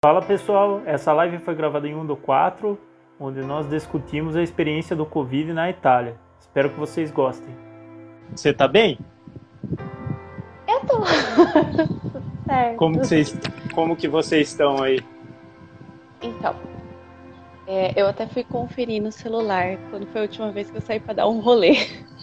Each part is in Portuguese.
Fala pessoal, essa live foi gravada em 1/4, onde nós discutimos a experiência do Covid na Itália. Espero que vocês gostem. Você tá bem? Eu tô. Certo. Como que vocês estão aí? Então, eu até fui conferir no celular quando foi a última vez que eu saí pra dar um rolê.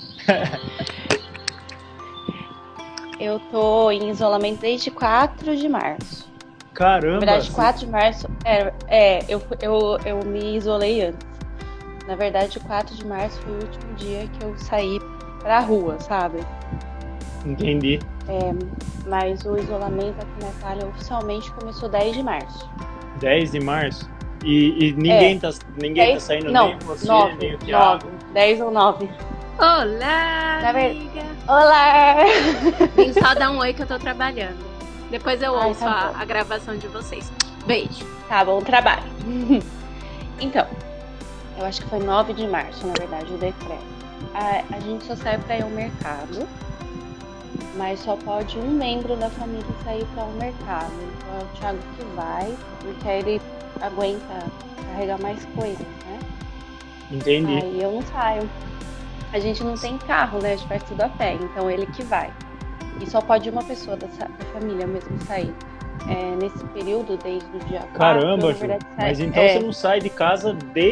Eu tô em isolamento desde 4 de março. Caramba! Na verdade, 4 de março, eu me isolei antes. Na verdade, 4 de março foi o último dia que eu saí pra rua, sabe? Entendi. Mas o isolamento aqui na Itália oficialmente começou 10 de março. 10 de março? E ninguém tá saindo, não, nem você, 9, nem o Thiago? 10 ou 9. Olá, amiga! Olá! Vim só dar um oi que eu tô trabalhando. Depois eu ouço tá a gravação de vocês. Beijo. Tá bom trabalho. Então, eu acho que foi 9 de março, na verdade, o decreto. A gente só sai pra ir ao mercado, mas só pode um membro da família sair para o mercado. Então é o Thiago que vai, porque aí ele aguenta carregar mais coisas, né? Entendi. Aí eu não saio. A gente não tem carro, né? A gente faz tudo a pé, então ele que vai. E só pode uma pessoa da família mesmo sair. Nesse período, desde o dia 4... Caramba, Ju, mas então você não sai de casa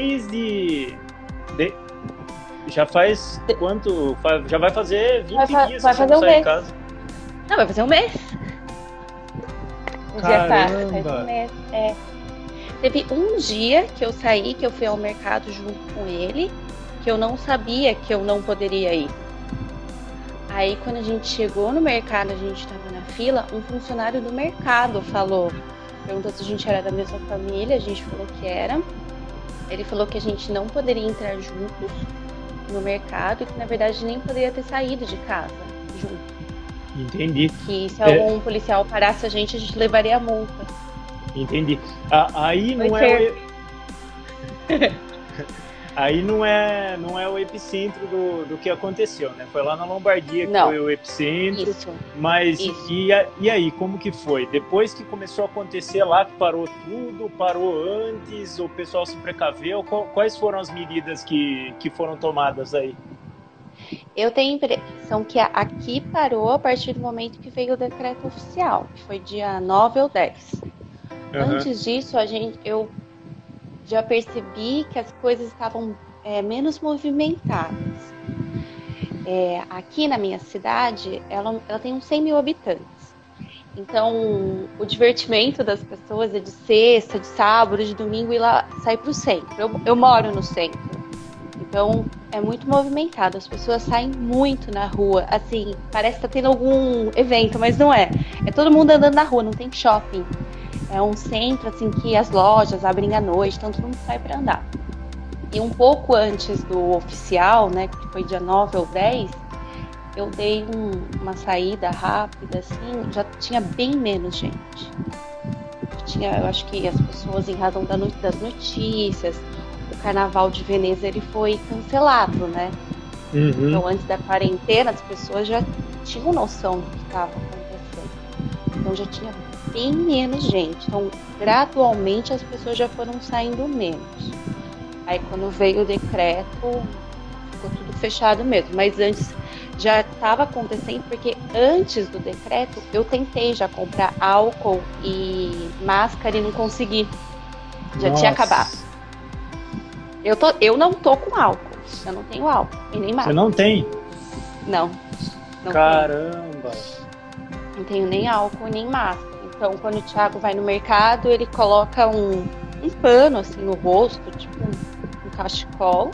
Já faz quanto? Já vai fazer 20 dias que você não sai de casa. Não, vai fazer um mês. Caramba! Faz um mês. Teve um dia que eu saí, que eu fui ao mercado junto com ele, que eu não sabia que eu não poderia ir. Aí quando a gente chegou no mercado, a gente estava na fila, um funcionário do mercado perguntou se a gente era da mesma família, a gente falou que era. Ele falou que a gente não poderia entrar juntos no mercado e que na verdade nem poderia ter saído de casa junto. Entendi. Que se algum policial parasse a gente levaria a multa. Entendi. Aí não é o epicentro do que aconteceu, né? Foi lá na Lombardia que foi o epicentro. Isso. Mas e aí, como que foi? Depois que começou a acontecer lá, que parou tudo, parou antes, o pessoal se precaveu, quais foram as medidas que foram tomadas aí? Eu tenho a impressão que aqui parou a partir do momento que veio o decreto oficial, que foi dia 9 ou 10. Antes disso, eu já percebi que as coisas estavam menos movimentadas. Aqui na minha cidade, ela tem uns 100 mil habitantes. Então, o divertimento das pessoas é de sexta, de sábado, de domingo ir lá, sair para o centro. Eu moro no centro. Então, é muito movimentado. As pessoas saem muito na rua. Assim, parece que tá tendo algum evento, mas não é. É todo mundo andando na rua, não tem shopping. É um centro, assim, que as lojas abrem à noite, então todo mundo sai para andar. E um pouco antes do oficial, né, que foi dia 9 ou 10, eu dei uma saída rápida, assim, já tinha bem menos gente. Eu acho que as pessoas, em razão das notícias, o Carnaval de Veneza, ele foi cancelado, né? Então, antes da quarentena, as pessoas já tinham noção do que estava acontecendo. Então, já tinha bem menos gente. Então, gradualmente, as pessoas já foram saindo menos. Aí, quando veio o decreto, ficou tudo fechado mesmo. Mas antes já estava acontecendo, porque antes do decreto, eu tentei já comprar álcool e máscara e não consegui. Já tinha acabado. Eu não tô com álcool. Eu não tenho álcool e nem máscara. Você não tem? Não. Caramba! Não tenho nem álcool nem máscara. Então, quando o Thiago vai no mercado, ele coloca um pano assim no rosto, tipo um cachecol.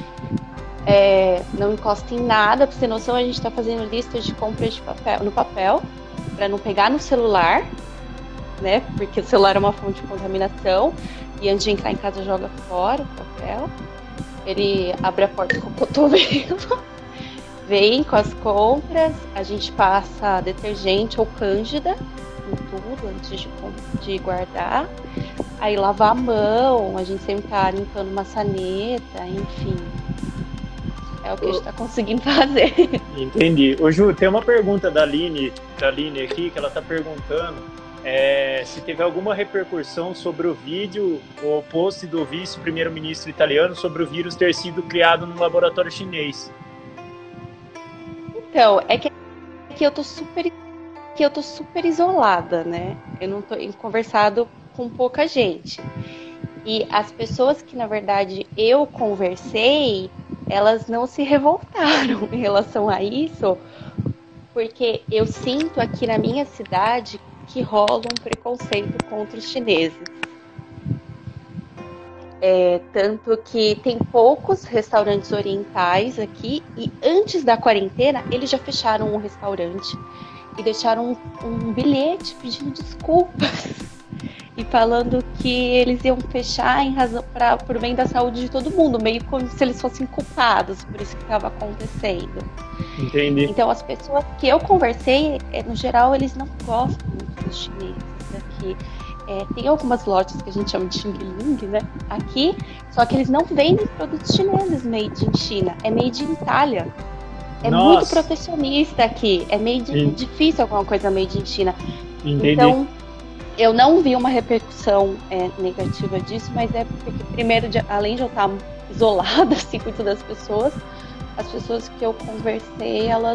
Não encosta em nada. Pra você ter noção, a gente tá fazendo lista de compras no papel, para não pegar no celular, né? Porque o celular é uma fonte de contaminação. E antes de entrar em casa, joga fora o papel. Ele abre a porta com o cotovelo, vem com as compras, a gente passa detergente ou cândida em tudo antes de guardar. Aí lava a mão, a gente sempre tá limpando maçaneta, enfim. É o que a gente tá conseguindo fazer. Entendi. Ô Ju, tem uma pergunta da Aline aqui, que ela tá perguntando se teve alguma repercussão sobre o vídeo, o post do vice-primeiro-ministro italiano sobre o vírus ter sido criado no laboratório chinês. Então, é que eu tô super isolada, né? Eu não tô conversado com pouca gente. E as pessoas que, na verdade, eu conversei, elas não se revoltaram em relação a isso, porque eu sinto aqui na minha cidade que rola um preconceito contra os chineses. Tanto que tem poucos restaurantes orientais aqui, e antes da quarentena eles já fecharam um restaurante e deixaram um bilhete pedindo desculpas e falando que eles iam fechar em razão por bem da saúde de todo mundo, meio como se eles fossem culpados por isso que estava acontecendo. Entendi. Então as pessoas que eu conversei, no geral, eles não gostam muito dos chineses aqui. Tem algumas lojas que a gente chama de Xing Ling, né? Aqui, só que eles não vendem produtos chineses made in China, é made in Itália. Muito protecionista aqui, é difícil alguma coisa made in China. Entendi. Então, eu não vi uma repercussão negativa disso, mas é porque, primeiro, além de eu estar isolada assim, com todas as pessoas que eu conversei, elas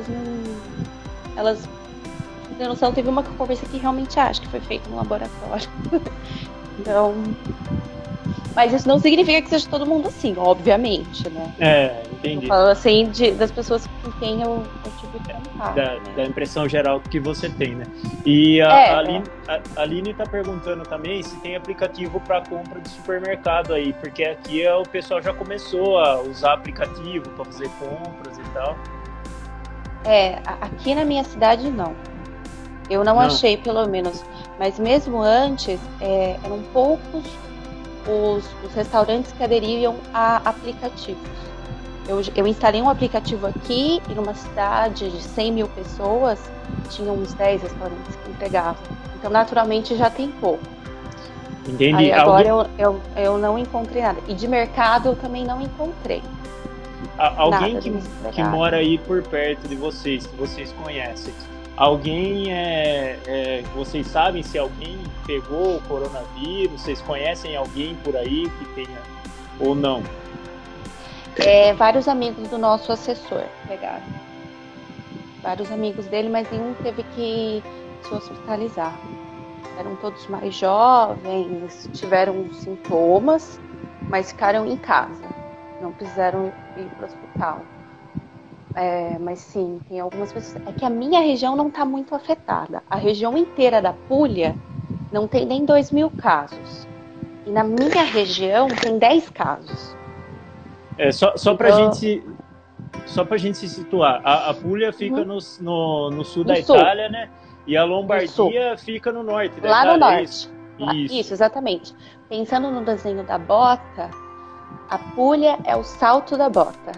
tem noção, teve uma que eu conversei que realmente acho que foi feito no laboratório. Então, mas isso não significa que seja todo mundo assim, obviamente, né? Entendi. Eu falo assim das pessoas com quem eu tive contato. Da impressão geral que você tem, né? E a Aline tá perguntando também se tem aplicativo para compra de supermercado aí, porque aqui o pessoal já começou a usar aplicativo para fazer compras e tal. Aqui na minha cidade não. Eu não achei, pelo menos. Mas mesmo antes, eram poucos os restaurantes que aderiam a aplicativos. Eu instalei um aplicativo aqui e numa cidade de 100 mil pessoas, tinha uns 10 restaurantes que entregavam. Então, naturalmente, já tem pouco. Entendi. Aí, agora eu não encontrei nada. E de mercado eu também não encontrei. Alguém que mora aí por perto de vocês, que vocês conhecem, alguém vocês sabem se alguém pegou o coronavírus? Vocês conhecem alguém por aí que tenha ou não? Vários amigos do nosso assessor pegaram. Vários amigos dele, mas nenhum teve que se hospitalizar. Eram todos mais jovens, tiveram sintomas, mas ficaram em casa. Não precisaram ir para o hospital. Mas sim, tem algumas pessoas. É que a minha região não está muito afetada. A região inteira da Puglia não tem nem 2.000 casos. E na minha região tem 10 casos. Só para a gente se situar. A Puglia fica no sul da Itália, né? E a Lombardia fica no norte da Itália. Lá no norte. Isso, exatamente. Pensando no desenho da bota, a Puglia é o salto da bota.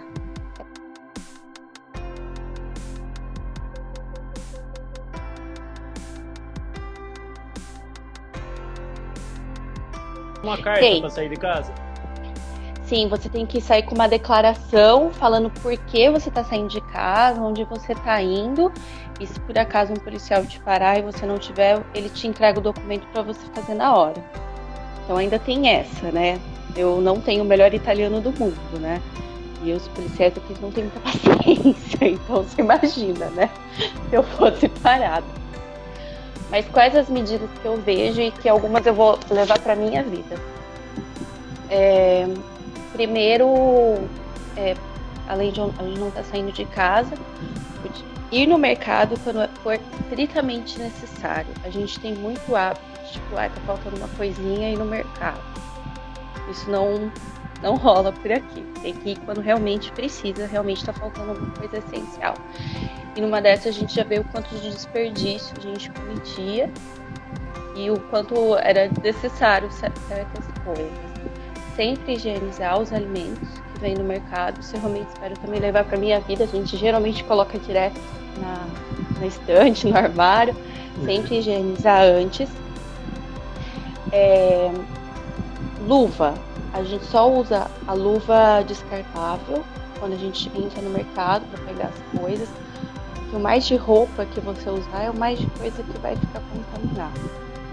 Uma carta para sair de casa? Sim, você tem que sair com uma declaração falando por que você está saindo de casa, onde você está indo. E se por acaso um policial te parar e você não tiver, ele te entrega o documento para você fazer na hora. Então ainda tem essa, né? Eu não tenho o melhor italiano do mundo, né? E os policiais aqui não têm muita paciência. Então você imagina, né? Se eu fosse parada. Mas quais as medidas que eu vejo e que algumas eu vou levar para minha vida? Primeiro, além de a gente não estar saindo de casa, ir no mercado quando for estritamente necessário. A gente tem muito hábito, tipo, tá faltando uma coisinha e ir no mercado. Isso não rola por aqui. Tem que ir quando realmente precisa, realmente está faltando alguma coisa essencial. E numa dessas a gente já vê o quanto de desperdício a gente cometia e o quanto era necessário certas coisas. Sempre higienizar os alimentos que vem no mercado. Isso eu realmente espero também levar para minha vida. A gente geralmente coloca direto na estante, no armário. Sempre higienizar antes. Luva. A gente só usa a luva descartável quando a gente entra no mercado para pegar as coisas. Porque o mais de roupa que você usar é o mais de coisa que vai ficar contaminada.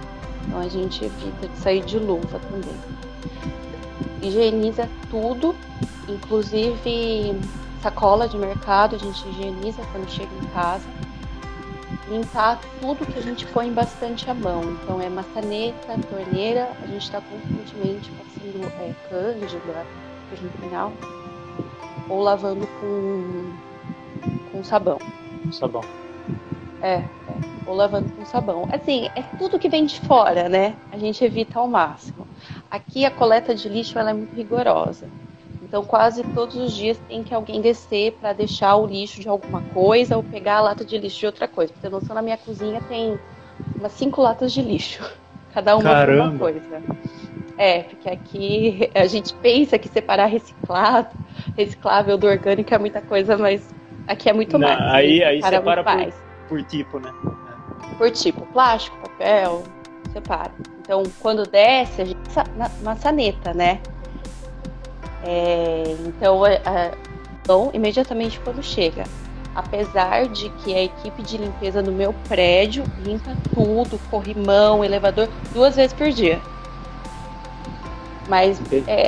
Então a gente evita de sair de luva também. Higieniza tudo, inclusive sacola de mercado, a gente higieniza quando chega em casa. Limpar tudo que a gente põe bastante a mão. Então é maçaneta, torneira, a gente está constantemente passando cândida, final, ou lavando com sabão. Sabão. Ou lavando com sabão. Assim, é tudo que vem de fora, né? A gente evita ao máximo. Aqui a coleta de lixo ela é muito rigorosa. Então, quase todos os dias tem que alguém descer para deixar o lixo de alguma coisa ou pegar a lata de lixo de outra coisa. Pra ter noção, na minha cozinha tem umas 5 latas de lixo. Cada uma por uma coisa. Porque aqui a gente pensa que separar reciclável do orgânico é muita coisa, mas aqui é muito mais. Aí separa por tipo, né? Por tipo, plástico, papel, separa. Então, quando desce, a gente maçaneta, né? Então, imediatamente quando chega. Apesar de que a equipe de limpeza do meu prédio limpa tudo, corrimão, elevador, 2 vezes por dia. Mas,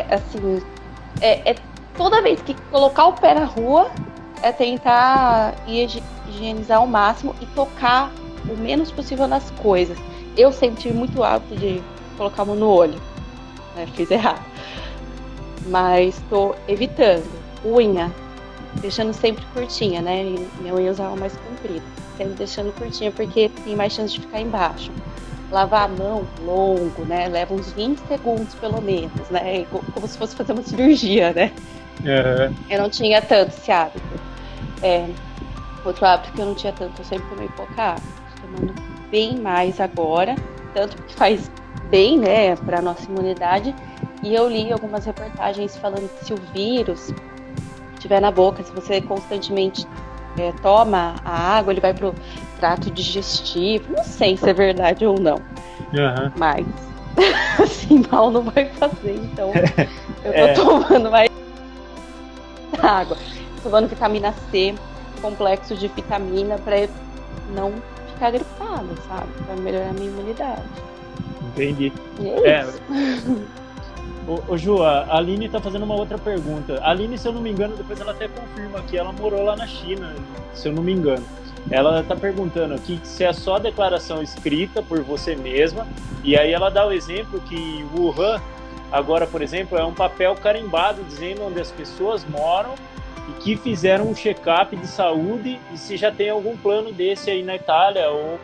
toda vez que colocar o pé na rua, é tentar higienizar ao máximo e tocar o menos possível nas coisas. Eu sempre tive muito hábito de colocar a mão no olho. Fiz errado. Mas estou evitando. Unha, deixando sempre curtinha, né? E minha unha usava mais comprida. Sempre deixando curtinha porque tem mais chance de ficar embaixo. Lavar a mão longo, né? Leva uns 20 segundos pelo menos, né? Como se fosse fazer uma cirurgia, né? Uhum. Eu não tinha tanto esse hábito. Outro hábito que eu não tinha tanto, eu sempre tomei pouca água. Estou tomando bem mais agora, tanto que faz bem, né, para nossa imunidade. E eu li algumas reportagens falando que se o vírus estiver na boca, se você constantemente toma a água, ele vai pro trato digestivo. Não sei se é verdade ou não. Uhum. Mas, assim, mal não vai fazer. Então, eu tô tomando mais água. Tô tomando vitamina C, complexo de vitamina, para não ficar gripada, sabe? Para melhorar a minha imunidade. Entendi. E é isso. Ô Ju, a Aline tá fazendo uma outra pergunta. A Aline, se eu não me engano, depois ela até confirma que ela morou lá na China, se eu não me engano. Ela tá perguntando aqui se é só declaração escrita por você mesma, e aí ela dá o exemplo que Wuhan, agora, por exemplo, é um papel carimbado dizendo onde as pessoas moram e que fizeram um check-up de saúde e se já tem algum plano desse aí na Itália ou...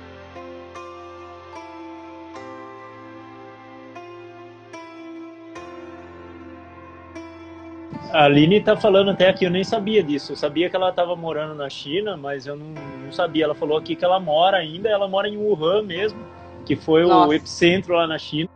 A Aline tá falando até aqui, eu nem sabia disso. Eu sabia que ela estava morando na China, mas eu não sabia. Ela falou aqui que ela mora ainda, ela mora em Wuhan mesmo, que foi o epicentro lá na China.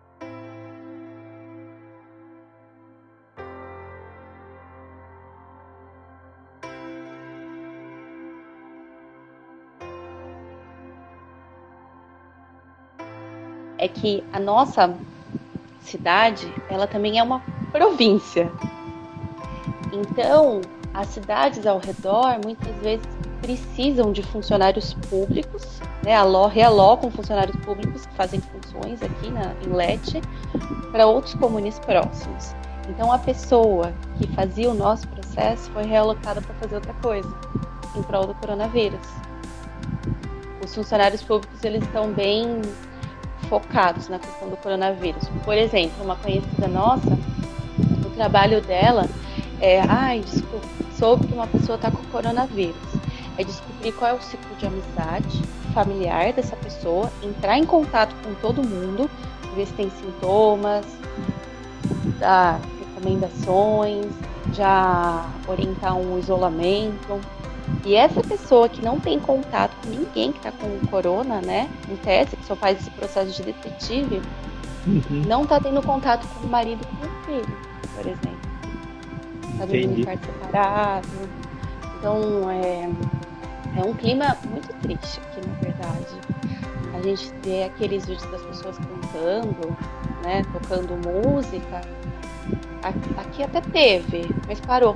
É que a nossa cidade, ela também é uma província. Então, as cidades ao redor, muitas vezes, precisam de funcionários públicos, né? Realocam funcionários públicos que fazem funções aqui em Lecce para outros comunes próximos. Então, a pessoa que fazia o nosso processo foi realocada para fazer outra coisa, em prol do coronavírus. Os funcionários públicos, eles estão bem focados na questão do coronavírus. Por exemplo, uma conhecida nossa, o trabalho dela soube que uma pessoa está com coronavírus. É descobrir qual é o ciclo de amizade familiar dessa pessoa, entrar em contato com todo mundo, ver se tem sintomas, dar recomendações, já orientar um isolamento. E essa pessoa que não tem contato com ninguém que está com o corona, né, em teste, que só faz esse processo de detetive, não está tendo contato com o marido e com o filho, por exemplo. Está dormindo em quarto separado. Então, é um clima muito triste aqui, na verdade. A gente vê aqueles vídeos das pessoas cantando, né, tocando música. Aqui até teve, mas parou.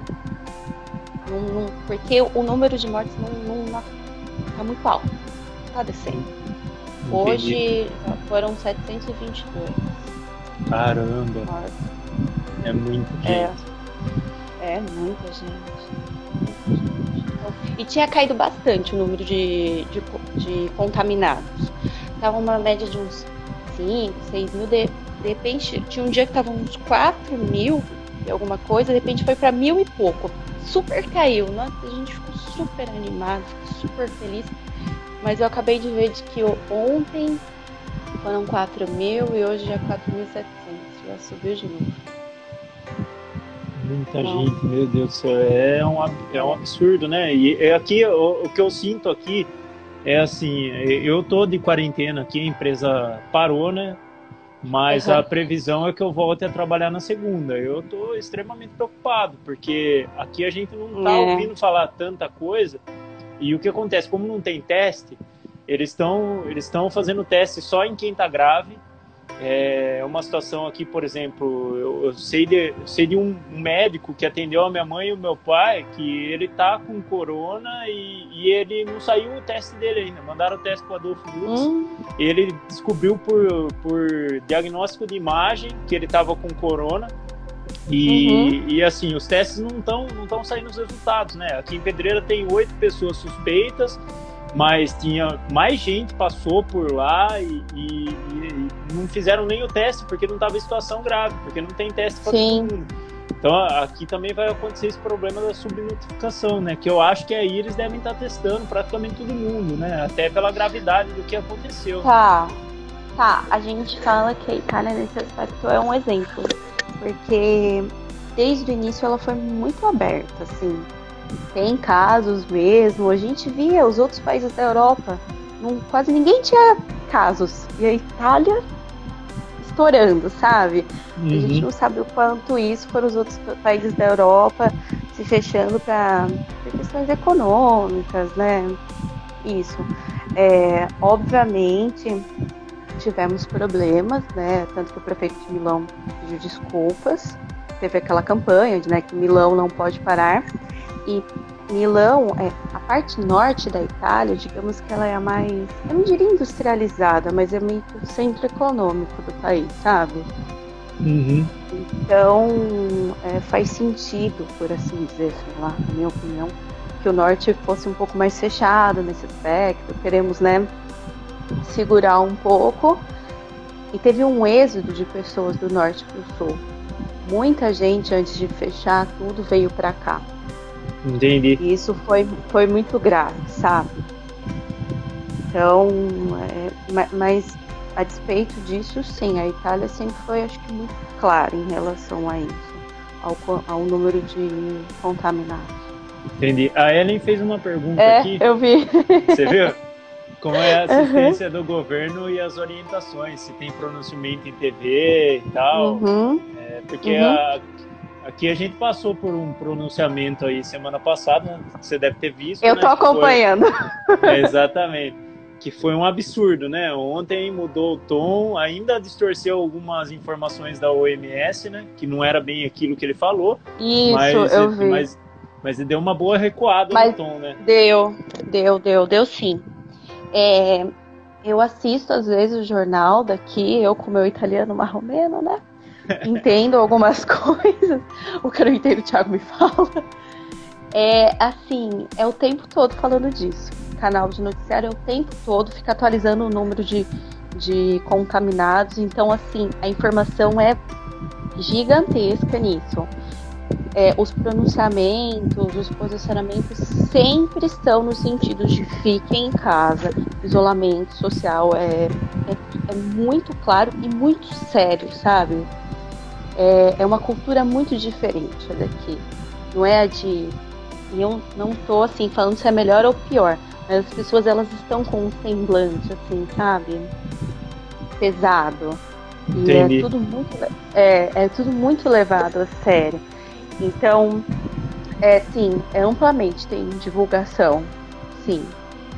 Porque o número de mortes não tá muito alto. Tá descendo. Hoje foram 722. Caramba! mortos. É muito É, gente. é muita gente. Então, e tinha caído bastante o número de contaminados. Tava uma média de uns 5, 6 mil. De repente, tinha um dia que tava uns 4 mil e alguma coisa. De repente foi para 1.000 e pouco. Super caiu. Nossa, a gente ficou super animado, ficou super feliz. Mas eu acabei de ver de que ontem foram 4 mil e hoje já 4.700. Já subiu de novo. Muita Não. gente, meu Deus do céu, é um absurdo, né? E aqui, o que eu sinto aqui é assim, eu tô de quarentena aqui, a empresa parou, né? Mas a Aham. previsão é que eu volte a trabalhar na segunda. Eu tô extremamente preocupado, porque aqui a gente não tá É. ouvindo falar tanta coisa. E o que acontece, como não tem teste, eles estão fazendo teste só em quem tá grave. É uma situação aqui, por exemplo, eu sei de um médico que atendeu a minha mãe e o meu pai, que ele tá com corona e ele não saiu o teste dele ainda. Mandaram o teste pro Adolfo Lutz. Ele descobriu por diagnóstico de imagem que ele tava com corona. E assim, os testes não estão saindo os resultados, né? Aqui em Pedreira tem 8 pessoas suspeitas, mas tinha mais gente passou por lá e não fizeram nem o teste porque não estava em situação grave, porque não tem teste para todo mundo. Então aqui também vai acontecer esse problema da subnotificação, né? Que eu acho que aí eles devem estar testando praticamente todo mundo, né? Até pela gravidade do que aconteceu. Tá. A gente fala que a Itália nesse aspecto é um exemplo, porque desde o início ela foi muito aberta, assim. Tem casos mesmo, a gente via os outros países da Europa, quase ninguém tinha casos, e a Itália estourando, sabe? A gente não sabe o quanto isso foram os outros países da Europa se fechando por questões econômicas, né? Isso. Obviamente tivemos problemas, né? Tanto que o prefeito de Milão pediu desculpas, teve aquela campanha de, né, que Milão não pode parar. E Milão, a parte norte da Itália, digamos que ela é a mais, eu não diria industrializada, mas é meio que o centro econômico do país, sabe? Então, faz sentido, por assim dizer, sei lá, na minha opinião, que o norte fosse um pouco mais fechado nesse aspecto. Queremos, né, segurar um pouco. E teve um êxodo de pessoas do norte para o sul. Muita gente, antes de fechar tudo, veio para cá. Entendi. E isso foi muito grave, sabe? Então, mas a despeito disso, sim, a Itália sempre foi, acho que, muito clara em relação a isso, ao número de contaminados. Entendi. A Ellen fez uma pergunta aqui. Eu vi. Você viu? Como é a assistência do governo e as orientações, se tem pronunciamento em TV e tal. Porque aqui a gente passou por um pronunciamento aí semana passada, você deve ter visto. Eu tô acompanhando. Exatamente. Que foi um absurdo, né? Ontem mudou o tom, ainda distorceu algumas informações da OMS, né? Que não era bem aquilo que ele falou. Isso, eu vi. Mas deu uma boa recuada no tom, né? Deu sim. Eu assisto às vezes o jornal daqui, eu com meu italiano marromeno, né? Entendo algumas coisas. O que eu não entendo, o Thiago me fala. Assim, o tempo todo falando disso. O canal de noticiário o tempo todo fica atualizando o número de contaminados. Então, assim, a informação é gigantesca nisso. Os pronunciamentos, os posicionamentos sempre estão no sentido de fiquem em casa, isolamento social, é muito claro e muito sério, sabe? É uma cultura muito diferente daqui, não é a de... E eu não tô assim falando se é melhor ou pior, mas as pessoas elas estão com um semblante assim, sabe? Pesado. Entendi. E é tudo muito levado a sério. Então, sim, amplamente tem divulgação, sim.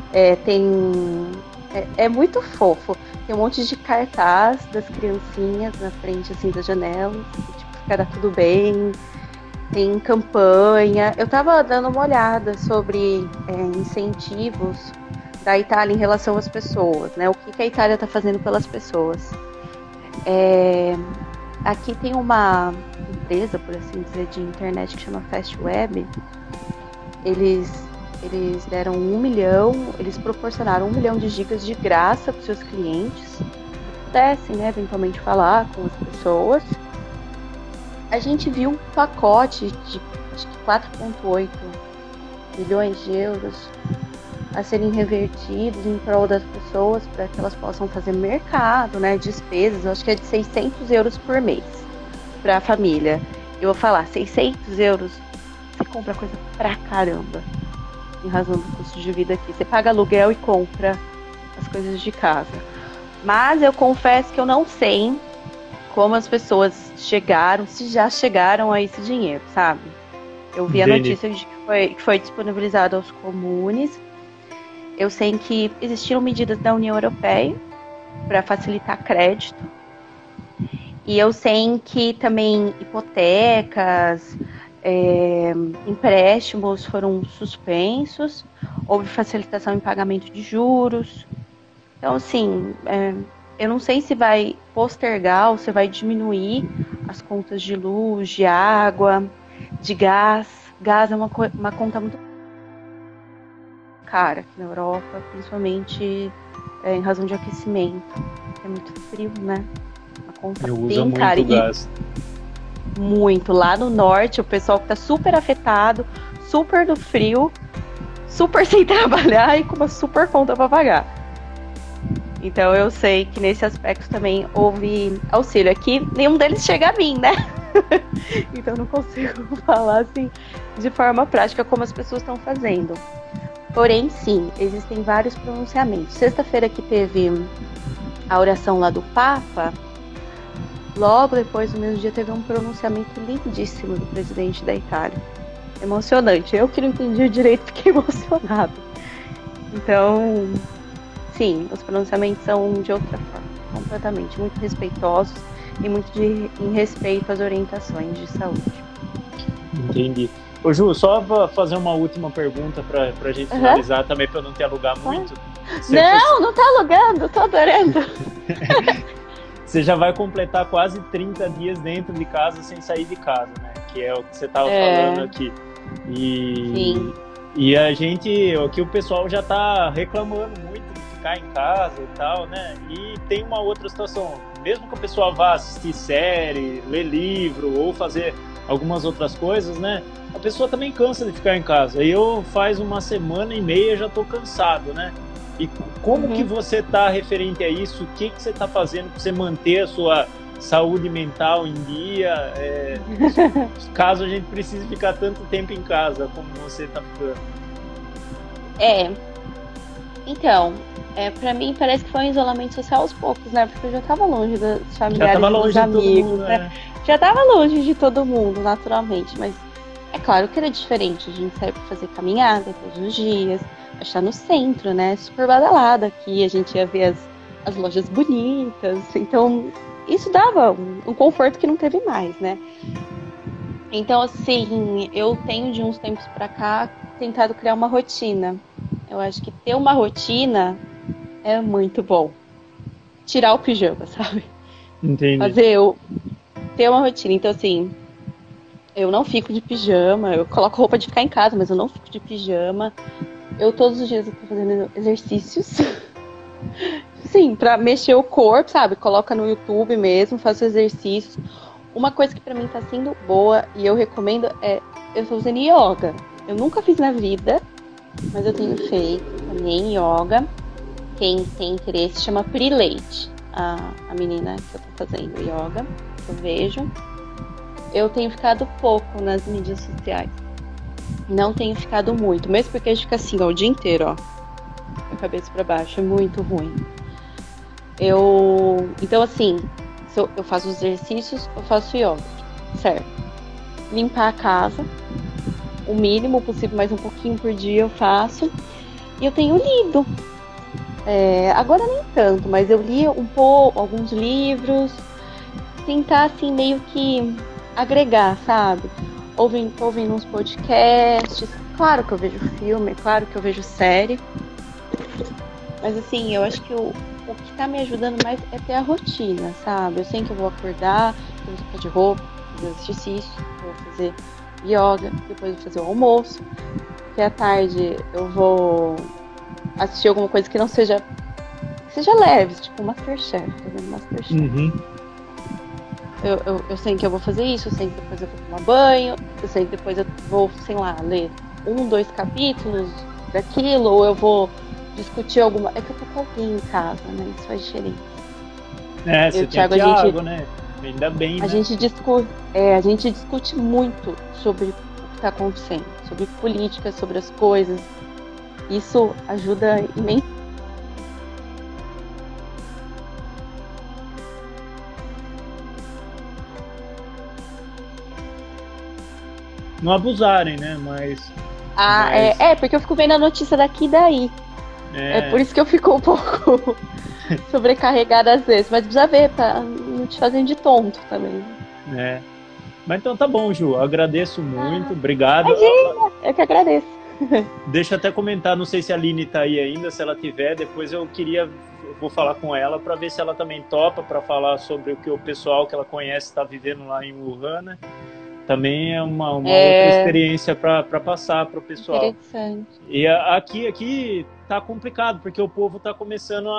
É muito fofo. Tem um monte de cartaz das criancinhas na frente, assim, das janelas, tipo, ficará tudo bem. Tem campanha. Eu tava dando uma olhada sobre incentivos da Itália em relação às pessoas, né? O que a Itália está fazendo pelas pessoas. Aqui tem uma empresa, por assim dizer, de internet que chama Fast Web. Eles deram 1 milhão, eles proporcionaram 1 milhão de gigas de graça para os seus clientes, pudessem, né, eventualmente falar com as pessoas. A gente viu um pacote de 4,8 milhões de euros a serem revertidos em prol das pessoas para que elas possam fazer mercado, né, despesas. Eu acho que é de 600 euros por mês para a família. Eu vou falar, 600 euros, você compra coisa pra caramba, em razão do custo de vida aqui. Você paga aluguel e compra as coisas de casa. Mas eu confesso que eu não sei como as pessoas chegaram, se já chegaram a esse dinheiro, sabe? Eu vi a notícia de que foi disponibilizado aos comunes. Eu sei que existiram medidas da União Europeia para facilitar crédito. E eu sei que também hipotecas, empréstimos foram suspensos. Houve facilitação em pagamento de juros. Então, assim, eu não sei se vai postergar ou se vai diminuir as contas de luz, de água, de gás. Gás é uma conta muito cara aqui na Europa, principalmente em razão de aquecimento. É muito frio, né? Uma conta bem cara. Gás. Muito. Lá no norte, o pessoal que tá super afetado, super do frio, super sem trabalhar e com uma super conta para pagar. Então eu sei que nesse aspecto também houve auxílio. Aqui nenhum deles chega a mim, né? Então eu não consigo falar assim de forma prática como as pessoas estão fazendo. Porém, sim, existem vários pronunciamentos. Sexta-feira que teve a oração lá do Papa, logo depois, no mesmo dia, teve um pronunciamento lindíssimo do presidente da Itália. Emocionante. Eu que não entendi direito, fiquei emocionado. Então, sim, os pronunciamentos são de outra forma, completamente, muito respeitosos e muito em respeito às orientações de saúde. Entendi. Ô Ju, só pra fazer uma última pergunta pra gente finalizar também, pra eu não te alugar muito. Não tá alugando, tô adorando. Você já vai completar quase 30 dias dentro de casa sem sair de casa, né? Que é o que você tava falando aqui. Sim. E a gente, aqui o pessoal já tá reclamando muito de ficar em casa e tal, né? E tem uma outra situação, mesmo que o pessoal vá assistir série, ler livro ou fazer algumas outras coisas, né? A pessoa também cansa de ficar em casa. Eu faz 1 semana e meia já tô cansado, né? E como que você tá referente a isso? O que você tá fazendo para você manter a sua saúde mental em dia? Caso a gente precise ficar tanto tempo em casa como você tá ficando. Então, pra mim parece que foi um isolamento social aos poucos, né? Porque eu já tava longe dos familiares, dos amigos, né? Já tava longe de todo mundo, naturalmente, mas é claro que era diferente. A gente saía pra fazer caminhada todos os dias, a gente tá no centro, né? Super badalada aqui, a gente ia ver as lojas bonitas, então isso dava um conforto que não teve mais, né? Então, assim, eu tenho de uns tempos pra cá tentado criar uma rotina. Eu acho que ter uma rotina é muito bom. Tirar o pijama, sabe? Entendi. Ter uma rotina. Então, assim, eu não fico de pijama. Eu coloco roupa de ficar em casa, mas eu não fico de pijama. Eu todos os dias eu tô fazendo exercícios. Sim, pra mexer o corpo, sabe? Coloca no YouTube mesmo, faço exercícios. Uma coisa que pra mim tá sendo boa e eu recomendo eu tô fazendo yoga. Eu nunca fiz na vida, mas eu tenho feito também yoga. Quem tem interesse chama Pri Leite, a menina que eu tô fazendo yoga, que eu vejo. Eu tenho ficado pouco nas mídias sociais. Não tenho ficado muito, mesmo porque a gente fica assim, ó, o dia inteiro, ó, com a cabeça pra baixo, é muito ruim. Então, assim, se eu faço os exercícios, eu faço yoga, certo? Limpar a casa, o mínimo possível, mais um pouquinho por dia eu faço. E eu tenho lido. Agora nem tanto, mas eu li alguns livros, tentar, assim, meio que agregar, sabe? Ouvindo uns podcasts. Claro que eu vejo filme, claro que eu vejo série. Mas assim, eu acho que o que tá me ajudando mais é ter a rotina, sabe? Eu sei que eu vou acordar, eu vou trocar de roupa, fazer exercício, vou fazer yoga, depois vou fazer o almoço, porque à tarde eu vou assistir alguma coisa que não seja leve, tipo Masterchef, tá vendo? Masterchef. Uhum. Eu sei que eu vou fazer isso, eu sei que depois eu vou tomar banho, eu sei que depois eu vou, sei lá, ler 2 capítulos daquilo, ou eu vou discutir alguma... É que eu tô com alguém em casa, né? Isso faz diferença. Você tem Thiago, Thiago, né? Ainda bem, né? A gente discute muito sobre o que tá acontecendo, sobre política, sobre as coisas. Isso ajuda imensamente. Não abusarem, né? Mas... Porque eu fico vendo a notícia daqui e daí. É por isso que eu fico um pouco sobrecarregada às vezes. Mas precisa ver, pra não te fazendo de tonto também. Mas então tá bom, Ju. Agradeço muito. Obrigado. Imagina, eu que agradeço. Deixa eu até comentar, não sei se a Aline tá aí ainda, se ela tiver, depois eu vou falar com ela para ver se ela também topa para falar sobre o que o pessoal que ela conhece está vivendo lá em Wuhan, né? Também é uma outra experiência para passar para o pessoal. Interessante. E aqui tá complicado, porque o povo tá começando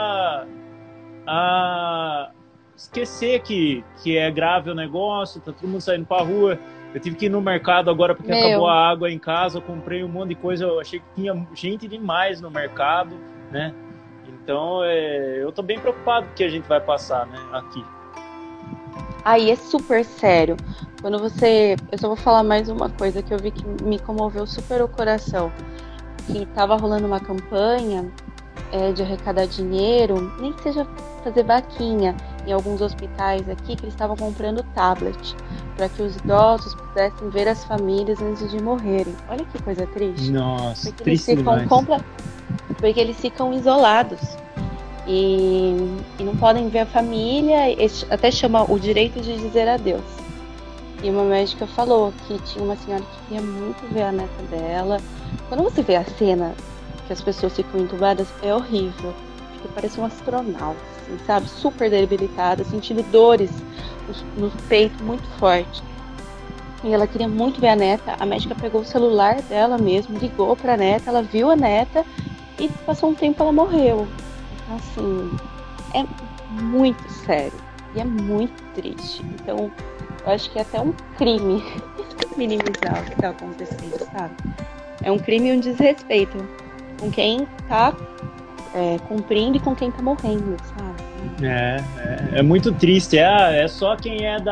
a esquecer que é grave o negócio, tá todo mundo saindo pra rua. Eu tive que ir no mercado agora porque acabou a água em casa, eu comprei um monte de coisa, eu achei que tinha gente demais no mercado, né? Então, eu tô bem preocupado com o que a gente vai passar, né, aqui. Aí é super sério. Quando eu só vou falar mais uma coisa que eu vi que me comoveu super o coração. Que tava rolando uma campanha de arrecadar dinheiro, nem que seja fazer vaquinha em alguns hospitais aqui, que eles estavam comprando tablet para que os idosos pudessem ver as famílias antes de morrerem. Olha que coisa triste. Nossa, porque triste demais. Porque eles ficam isolados e não podem ver a família, até chama o direito de dizer adeus. E uma médica falou que tinha uma senhora que queria muito ver a neta dela. Quando você vê a cena que as pessoas ficam entubadas, é horrível. Porque parece um astronauta, assim, sabe? Super debilitada, sentindo dores no peito muito forte. E ela queria muito ver a neta. A médica pegou o celular dela mesmo, ligou pra neta, ela viu a neta e passou um tempo ela morreu. Então, assim, é muito sério e é muito triste. Então, eu acho que é até um crime minimizar o que tá acontecendo, sabe? É um crime e um desrespeito com quem tá cumprindo e com quem tá morrendo, sabe? É muito triste. É só quem é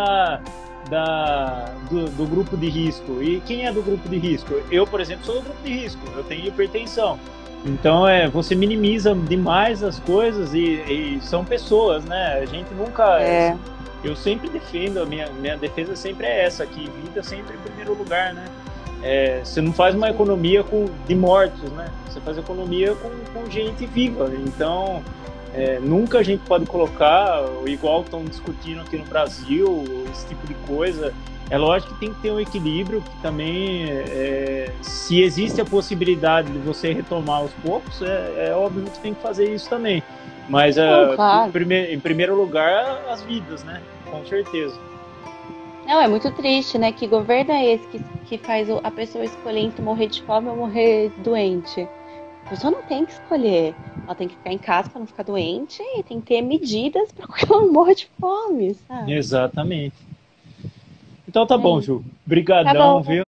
do grupo de risco. E quem é do grupo de risco? Eu, por exemplo, sou do grupo de risco. Eu tenho hipertensão. Então, você minimiza demais as coisas e são pessoas, né? A gente nunca... Eu sempre defendo, a minha defesa sempre é essa, que vida sempre em primeiro lugar, né? Você não faz uma economia de mortos, né? Você faz economia com gente viva. Então, nunca a gente pode colocar, igual estão discutindo aqui no Brasil, esse tipo de coisa. É lógico que tem que ter um equilíbrio, que também, se existe a possibilidade de você retomar aos poucos, é óbvio que tem que fazer isso também. Mas, claro. em primeiro lugar, as vidas, né? Com certeza. Não, é muito triste, né? Que governo é esse que faz a pessoa escolher entre morrer de fome ou morrer doente? A pessoa não tem que escolher. Ela tem que ficar em casa para não ficar doente e tem que ter medidas para que ela não morra de fome, sabe? Exatamente. Então tá bom, Ju. Obrigadão, tá bom. Viu?